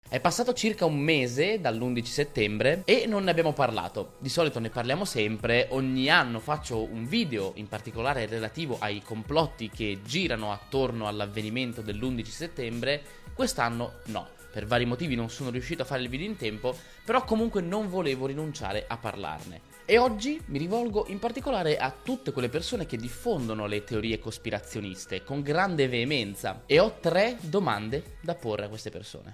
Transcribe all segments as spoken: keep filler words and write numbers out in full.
È passato circa un mese dall'undici settembre e non ne abbiamo parlato. Di solito ne parliamo sempre, ogni anno faccio un video in particolare relativo ai complotti che girano attorno all'avvenimento dell'undici settembre. Quest'anno no, per vari motivi non sono riuscito a fare il video in tempo, però comunque non volevo rinunciare a parlarne. E oggi mi rivolgo in particolare a tutte quelle persone che diffondono le teorie cospirazioniste con grande veemenza e ho tre domande da porre a queste persone.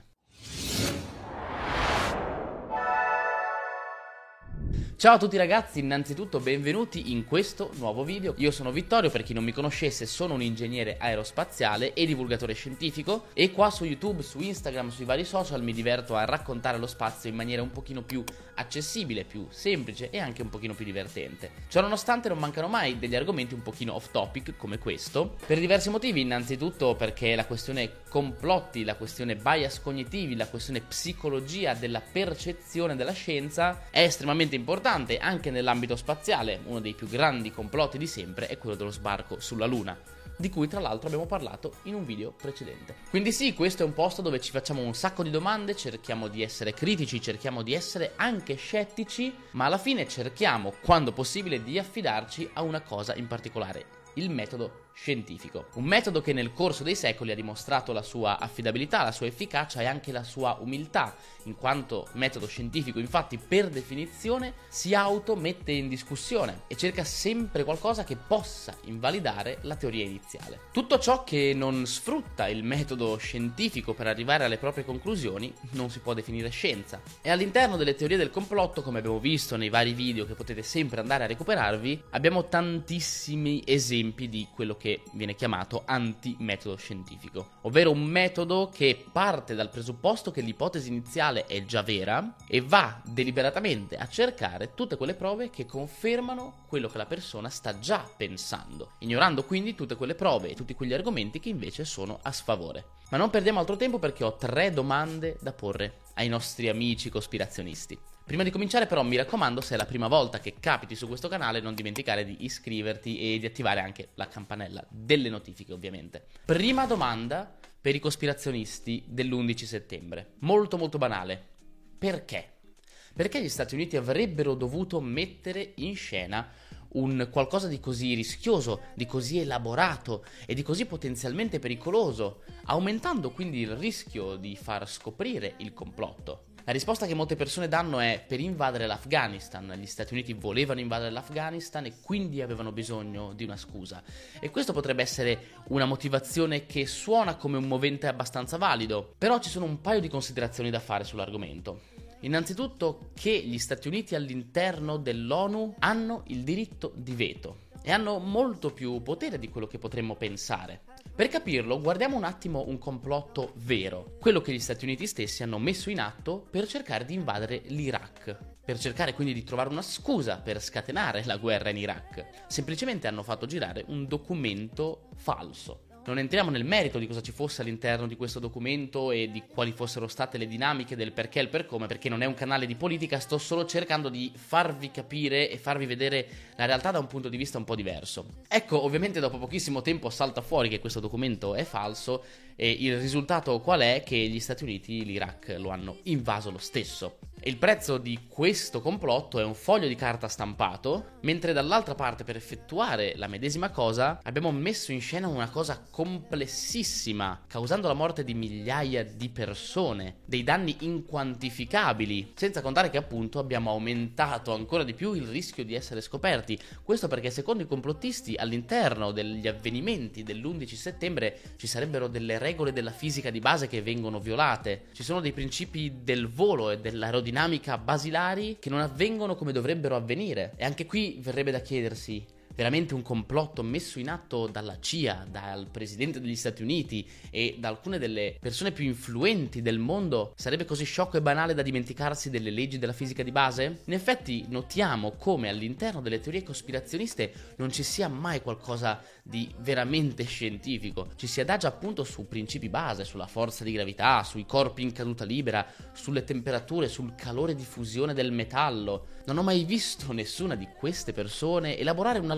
Ciao a tutti ragazzi, innanzitutto benvenuti in questo nuovo video. Io sono Vittorio, per chi non mi conoscesse sono un ingegnere aerospaziale e divulgatore scientifico e qua su YouTube, su Instagram, sui vari social mi diverto a raccontare lo spazio in maniera un pochino più accessibile, più semplice e anche un pochino più divertente. Ciononostante non mancano mai degli argomenti un pochino off topic come questo, per diversi motivi. Innanzitutto perché la questione complotti, la questione bias cognitivi, la questione psicologia della percezione della scienza è estremamente importante anche nell'ambito spaziale. Uno dei più grandi complotti di sempre è quello dello sbarco sulla Luna, di cui tra l'altro abbiamo parlato in un video precedente. Quindi sì, questo è un posto dove ci facciamo un sacco di domande, cerchiamo di essere critici, cerchiamo di essere anche scettici, ma alla fine cerchiamo, quando possibile, di affidarci a una cosa in particolare: il metodo scientifico. Un metodo che nel corso dei secoli ha dimostrato la sua affidabilità, la sua efficacia e anche la sua umiltà, in quanto metodo scientifico infatti per definizione si automette in discussione e cerca sempre qualcosa che possa invalidare la teoria iniziale. Tutto ciò che non sfrutta il metodo scientifico per arrivare alle proprie conclusioni non si può definire scienza. E all'interno delle teorie del complotto, come abbiamo visto nei vari video che potete sempre andare a recuperarvi, abbiamo tantissimi esempi di quello che che viene chiamato antimetodo scientifico, ovvero un metodo che parte dal presupposto che l'ipotesi iniziale è già vera e va deliberatamente a cercare tutte quelle prove che confermano quello che la persona sta già pensando, ignorando quindi tutte quelle prove e tutti quegli argomenti che invece sono a sfavore. Ma non perdiamo altro tempo perché ho tre domande da porre ai nostri amici cospirazionisti. Prima di cominciare però mi raccomando, se è la prima volta che capiti su questo canale, non dimenticare di iscriverti e di attivare anche la campanella delle notifiche, ovviamente. Prima domanda per i cospirazionisti dell'undici settembre. Molto molto banale. Perché? Perché gli Stati Uniti avrebbero dovuto mettere in scena un qualcosa di così rischioso, di così elaborato e di così potenzialmente pericoloso, aumentando quindi il rischio di far scoprire il complotto? La risposta che molte persone danno è per invadere l'Afghanistan. Gli Stati Uniti volevano invadere l'Afghanistan e quindi avevano bisogno di una scusa. E questo potrebbe essere una motivazione che suona come un movente abbastanza valido, però ci sono un paio di considerazioni da fare sull'argomento. Innanzitutto che gli Stati Uniti all'interno dell'ONU hanno il diritto di veto e hanno molto più potere di quello che potremmo pensare. Per capirlo, guardiamo un attimo un complotto vero, quello che gli Stati Uniti stessi hanno messo in atto per cercare di invadere l'Iraq, per cercare quindi di trovare una scusa per scatenare la guerra in Iraq. Semplicemente hanno fatto girare un documento falso. Non entriamo nel merito di cosa ci fosse all'interno di questo documento e di quali fossero state le dinamiche del perché e il per come, perché non è un canale di politica, sto solo cercando di farvi capire e farvi vedere la realtà da un punto di vista un po' diverso. Ecco, ovviamente dopo pochissimo tempo salta fuori che questo documento è falso e il risultato qual è? Che gli Stati Uniti l'Iraq lo hanno invaso lo stesso. E il prezzo di questo complotto è un foglio di carta stampato, mentre dall'altra parte, per effettuare la medesima cosa, abbiamo messo in scena una cosa complessissima, causando la morte di migliaia di persone, dei danni inquantificabili, senza contare che appunto abbiamo aumentato ancora di più il rischio di essere scoperti. Questo perché secondo i complottisti all'interno degli avvenimenti dell'undici settembre ci sarebbero delle regole della fisica di base che vengono violate, ci sono dei principi del volo e dell'aerodinamica basilari che non avvengono come dovrebbero avvenire. E anche qui verrebbe da chiedersi: veramente un complotto messo in atto dalla C I A, dal presidente degli Stati Uniti e da alcune delle persone più influenti del mondo sarebbe così sciocco e banale da dimenticarsi delle leggi della fisica di base? In effetti notiamo come all'interno delle teorie cospirazioniste non ci sia mai qualcosa di veramente scientifico, ci si adagia appunto su principi base, sulla forza di gravità, sui corpi in caduta libera, sulle temperature, sul calore di fusione del metallo. Non ho mai visto nessuna di queste persone elaborare un algoritmo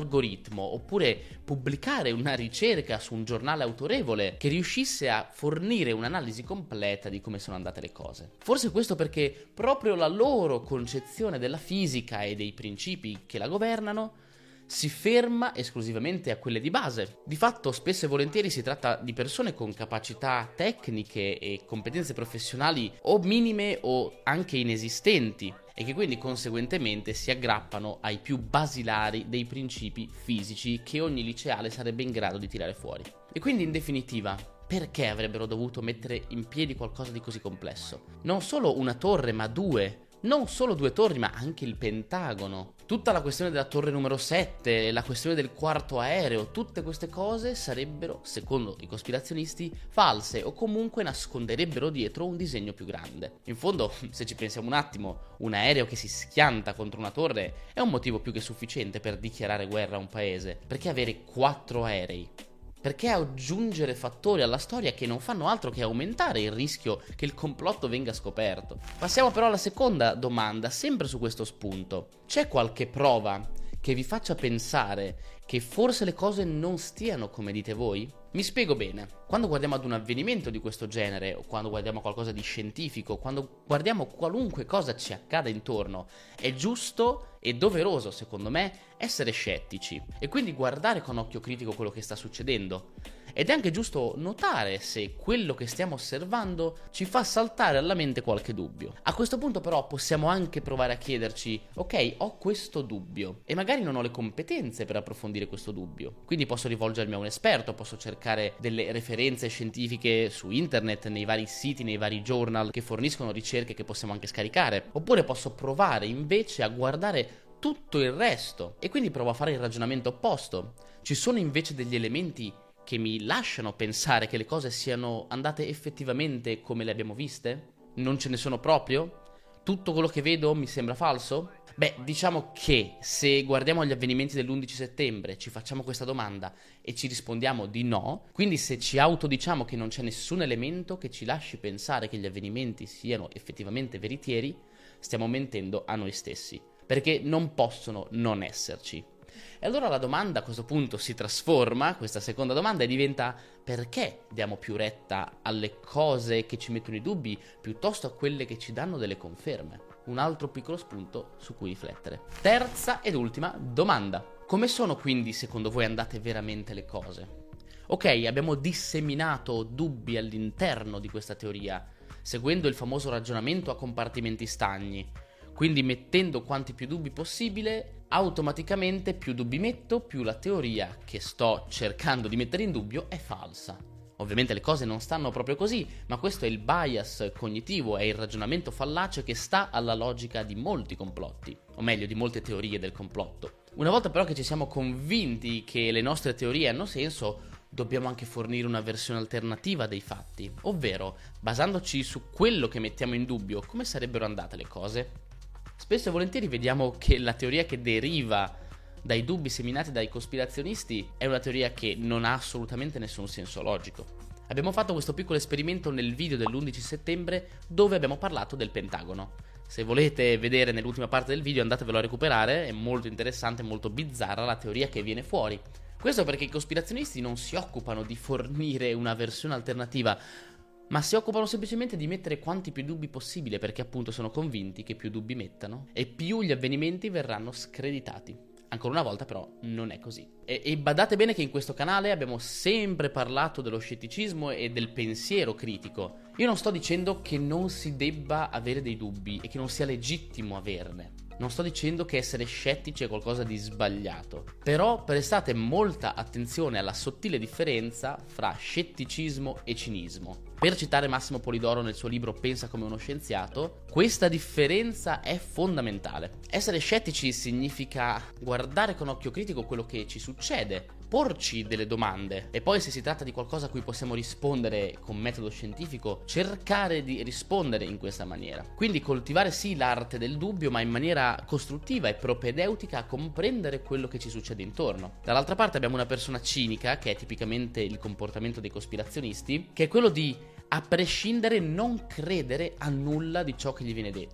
algoritmo oppure pubblicare una ricerca su un giornale autorevole che riuscisse a fornire un'analisi completa di come sono andate le cose. Forse questo perché proprio la loro concezione della fisica e dei principi che la governano si ferma esclusivamente a quelle di base. Di fatto, spesso e volentieri si tratta di persone con capacità tecniche e competenze professionali o minime o anche inesistenti, e che quindi conseguentemente si aggrappano ai più basilari dei principi fisici che ogni liceale sarebbe in grado di tirare fuori. E quindi, in definitiva, perché avrebbero dovuto mettere in piedi qualcosa di così complesso? Non solo una torre, ma due. Non solo due torri, ma anche il Pentagono. Tutta la questione della torre numero sette, la questione del quarto aereo, tutte queste cose sarebbero, secondo i cospirazionisti, false o comunque nasconderebbero dietro un disegno più grande. In fondo, se ci pensiamo un attimo, un aereo che si schianta contro una torre è un motivo più che sufficiente per dichiarare guerra a un paese. Perché avere quattro aerei? Perché aggiungere fattori alla storia che non fanno altro che aumentare il rischio che il complotto venga scoperto? Passiamo però alla seconda domanda, sempre su questo spunto. C'è qualche prova che vi faccia pensare che forse le cose non stiano come dite voi? Mi spiego bene. Quando guardiamo ad un avvenimento di questo genere, o quando guardiamo qualcosa di scientifico, quando guardiamo qualunque cosa ci accada intorno, è giusto e doveroso, secondo me, essere scettici e quindi guardare con occhio critico quello che sta succedendo. Ed è anche giusto notare se quello che stiamo osservando ci fa saltare alla mente qualche dubbio. A questo punto però possiamo anche provare a chiederci: ok, ho questo dubbio e magari non ho le competenze per approfondire questo dubbio, quindi posso rivolgermi a un esperto, posso cercare delle referenze scientifiche su internet, nei vari siti, nei vari journal che forniscono ricerche che possiamo anche scaricare, oppure posso provare invece a guardare tutto il resto e quindi provo a fare il ragionamento opposto. Ci sono invece degli elementi che mi lasciano pensare che le cose siano andate effettivamente come le abbiamo viste? Non ce ne sono proprio? Tutto quello che vedo mi sembra falso? Beh, diciamo che se guardiamo gli avvenimenti dell'undici settembre, ci facciamo questa domanda e ci rispondiamo di no, quindi se ci autodiciamo che non c'è nessun elemento che ci lasci pensare che gli avvenimenti siano effettivamente veritieri, stiamo mentendo a noi stessi, perché non possono non esserci. E allora la domanda a questo punto si trasforma, questa seconda domanda, e diventa: perché diamo più retta alle cose che ci mettono i dubbi piuttosto a quelle che ci danno delle conferme? Un altro piccolo spunto su cui riflettere. Terza ed ultima domanda: come sono quindi secondo voi andate veramente le cose? Ok, abbiamo disseminato dubbi all'interno di questa teoria, seguendo il famoso ragionamento a compartimenti stagni. Quindi mettendo quanti più dubbi possibile, automaticamente più dubbi metto, più la teoria che sto cercando di mettere in dubbio è falsa. Ovviamente le cose non stanno proprio così, ma questo è il bias cognitivo, è il ragionamento fallace che sta alla logica di molti complotti, o meglio di molte teorie del complotto. Una volta però che ci siamo convinti che le nostre teorie hanno senso, dobbiamo anche fornire una versione alternativa dei fatti, ovvero basandoci su quello che mettiamo in dubbio, come sarebbero andate le cose? Spesso e volentieri vediamo che la teoria che deriva dai dubbi seminati dai cospirazionisti è una teoria che non ha assolutamente nessun senso logico. Abbiamo fatto questo piccolo esperimento nel video dell'undici settembre dove abbiamo parlato del Pentagono. Se volete vedere nell'ultima parte del video andatevelo a recuperare, è molto interessante, molto bizzarra la teoria che viene fuori. Questo perché i cospirazionisti non si occupano di fornire una versione alternativa, ma si occupano semplicemente di mettere quanti più dubbi possibile, perché appunto sono convinti che più dubbi mettano e più gli avvenimenti verranno screditati. Ancora una volta però non è così. E, e badate bene che in questo canale abbiamo sempre parlato dello scetticismo e del pensiero critico. Io non sto dicendo che non si debba avere dei dubbi e che non sia legittimo averne. Non sto dicendo che essere scettici è qualcosa di sbagliato, però prestate molta attenzione alla sottile differenza fra scetticismo e cinismo. Per citare Massimo Polidoro nel suo libro Pensa come uno scienziato, questa differenza è fondamentale. Essere scettici significa guardare con occhio critico quello che ci succede, porci delle domande e poi, se si tratta di qualcosa a cui possiamo rispondere con metodo scientifico, cercare di rispondere in questa maniera. Quindi coltivare sì l'arte del dubbio, ma in maniera costruttiva e propedeutica a comprendere quello che ci succede intorno. Dall'altra parte abbiamo una persona cinica, che è tipicamente il comportamento dei cospirazionisti, che è quello di, a prescindere, non credere a nulla di ciò che gli viene detto.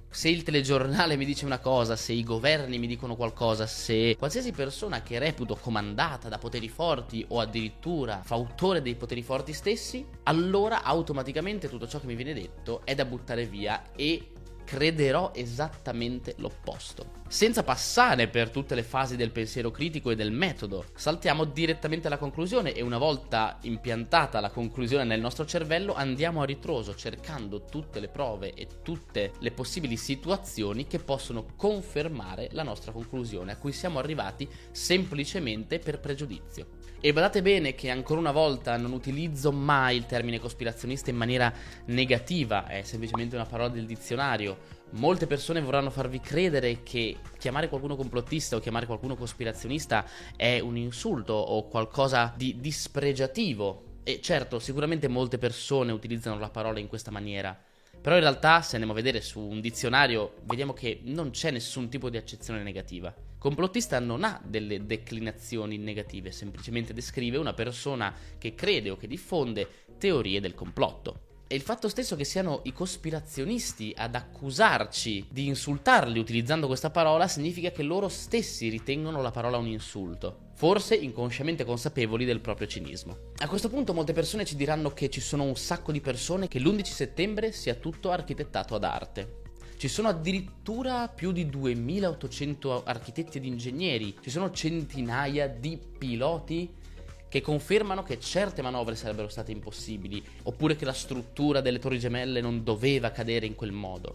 Se il telegiornale mi dice una cosa, se i governi mi dicono qualcosa, se qualsiasi persona che reputo comandata da poteri forti o addirittura fautore dei poteri forti stessi, allora automaticamente tutto ciò che mi viene detto è da buttare via e crederò esattamente l'opposto. Senza passare per tutte le fasi del pensiero critico e del metodo, saltiamo direttamente alla conclusione e una volta impiantata la conclusione nel nostro cervello andiamo a ritroso cercando tutte le prove e tutte le possibili situazioni che possono confermare la nostra conclusione a cui siamo arrivati semplicemente per pregiudizio. E badate bene che ancora una volta non utilizzo mai il termine cospirazionista in maniera negativa, è semplicemente una parola del dizionario. Molte persone vorranno farvi credere che chiamare qualcuno complottista o chiamare qualcuno cospirazionista è un insulto o qualcosa di dispregiativo. E certo, sicuramente molte persone utilizzano la parola in questa maniera. Però in realtà, se andiamo a vedere su un dizionario, vediamo che non c'è nessun tipo di accezione negativa. Complottista non ha delle declinazioni negative, semplicemente descrive una persona che crede o che diffonde teorie del complotto. E il fatto stesso che siano i cospirazionisti ad accusarci di insultarli utilizzando questa parola significa che loro stessi ritengono la parola un insulto, forse inconsciamente consapevoli del proprio cinismo. A questo punto molte persone ci diranno che ci sono un sacco di persone che l'undici settembre sia tutto architettato ad arte. Ci sono addirittura più di duemilaottocento architetti ed ingegneri, ci sono centinaia di piloti che confermano che certe manovre sarebbero state impossibili, oppure che la struttura delle Torri Gemelle non doveva cadere in quel modo.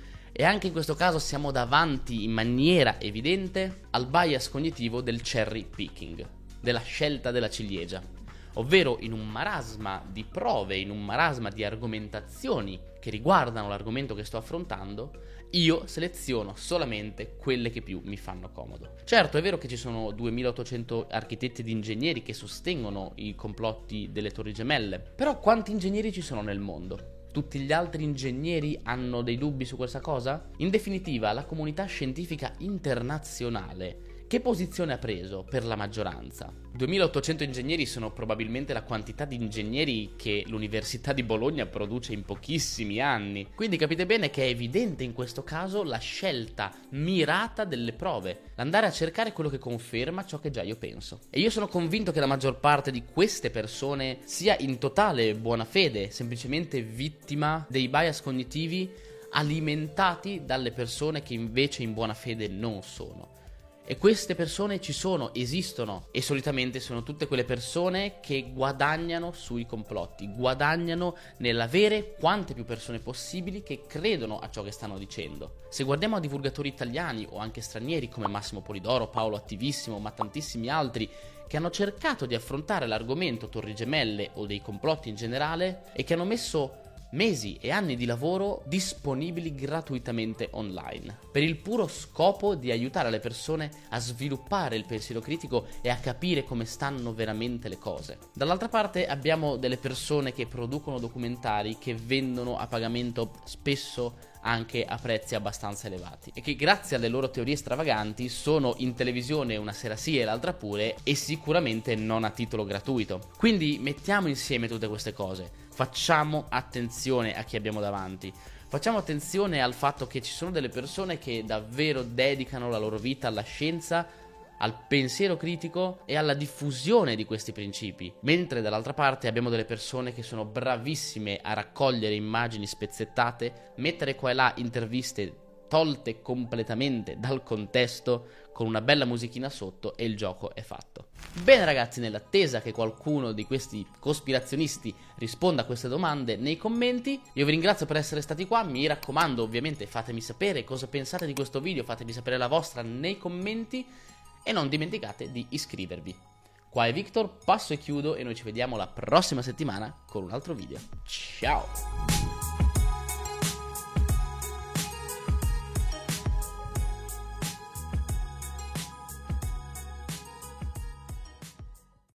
E anche in questo caso siamo davanti in maniera evidente al bias cognitivo del cherry picking, della scelta della ciliegia, ovvero in un marasma di prove, in un marasma di argomentazioni che riguardano l'argomento che sto affrontando, io seleziono solamente quelle che più mi fanno comodo. Certo, è vero che ci sono duemilaottocento architetti ed ingegneri che sostengono i complotti delle Torri Gemelle, però quanti ingegneri ci sono nel mondo? Tutti gli altri ingegneri hanno dei dubbi su questa cosa? In definitiva, la comunità scientifica internazionale che posizione ha preso per la maggioranza? duemilaottocento ingegneri sono probabilmente la quantità di ingegneri che l'Università di Bologna produce in pochissimi anni. Quindi capite bene che è evidente in questo caso la scelta mirata delle prove, l'andare a cercare quello che conferma ciò che già io penso. E io sono convinto che la maggior parte di queste persone sia in totale buona fede, semplicemente vittima dei bias cognitivi alimentati dalle persone che invece in buona fede non sono. E queste persone ci sono, esistono, e solitamente sono tutte quelle persone che guadagnano sui complotti, guadagnano nell'avere quante più persone possibili che credono a ciò che stanno dicendo. Se guardiamo a divulgatori italiani o anche stranieri come Massimo Polidoro, Paolo Attivissimo, ma tantissimi altri che hanno cercato di affrontare l'argomento Torri Gemelle o dei complotti in generale e che hanno messo mesi e anni di lavoro disponibili gratuitamente online, per il puro scopo di aiutare le persone a sviluppare il pensiero critico e a capire come stanno veramente le cose. Dall'altra parte abbiamo delle persone che producono documentari che vendono a pagamento spesso anche a prezzi abbastanza elevati e che grazie alle loro teorie stravaganti sono in televisione una sera sì e l'altra pure e sicuramente non a titolo gratuito. Quindi mettiamo insieme tutte queste cose, facciamo attenzione a chi abbiamo davanti, facciamo attenzione al fatto che ci sono delle persone che davvero dedicano la loro vita alla scienza, al pensiero critico e alla diffusione di questi principi, mentre dall'altra parte abbiamo delle persone che sono bravissime a raccogliere immagini spezzettate, mettere qua e là interviste tolte completamente dal contesto con una bella musichina sotto e il gioco è fatto. Bene ragazzi, nell'attesa che qualcuno di questi cospirazionisti risponda a queste domande nei commenti, io vi ringrazio per essere stati qua, mi raccomando ovviamente fatemi sapere cosa pensate di questo video, fatemi sapere la vostra nei commenti e non dimenticate di iscrivervi. Qua è Victor, passo e chiudo e noi ci vediamo la prossima settimana con un altro video. Ciao!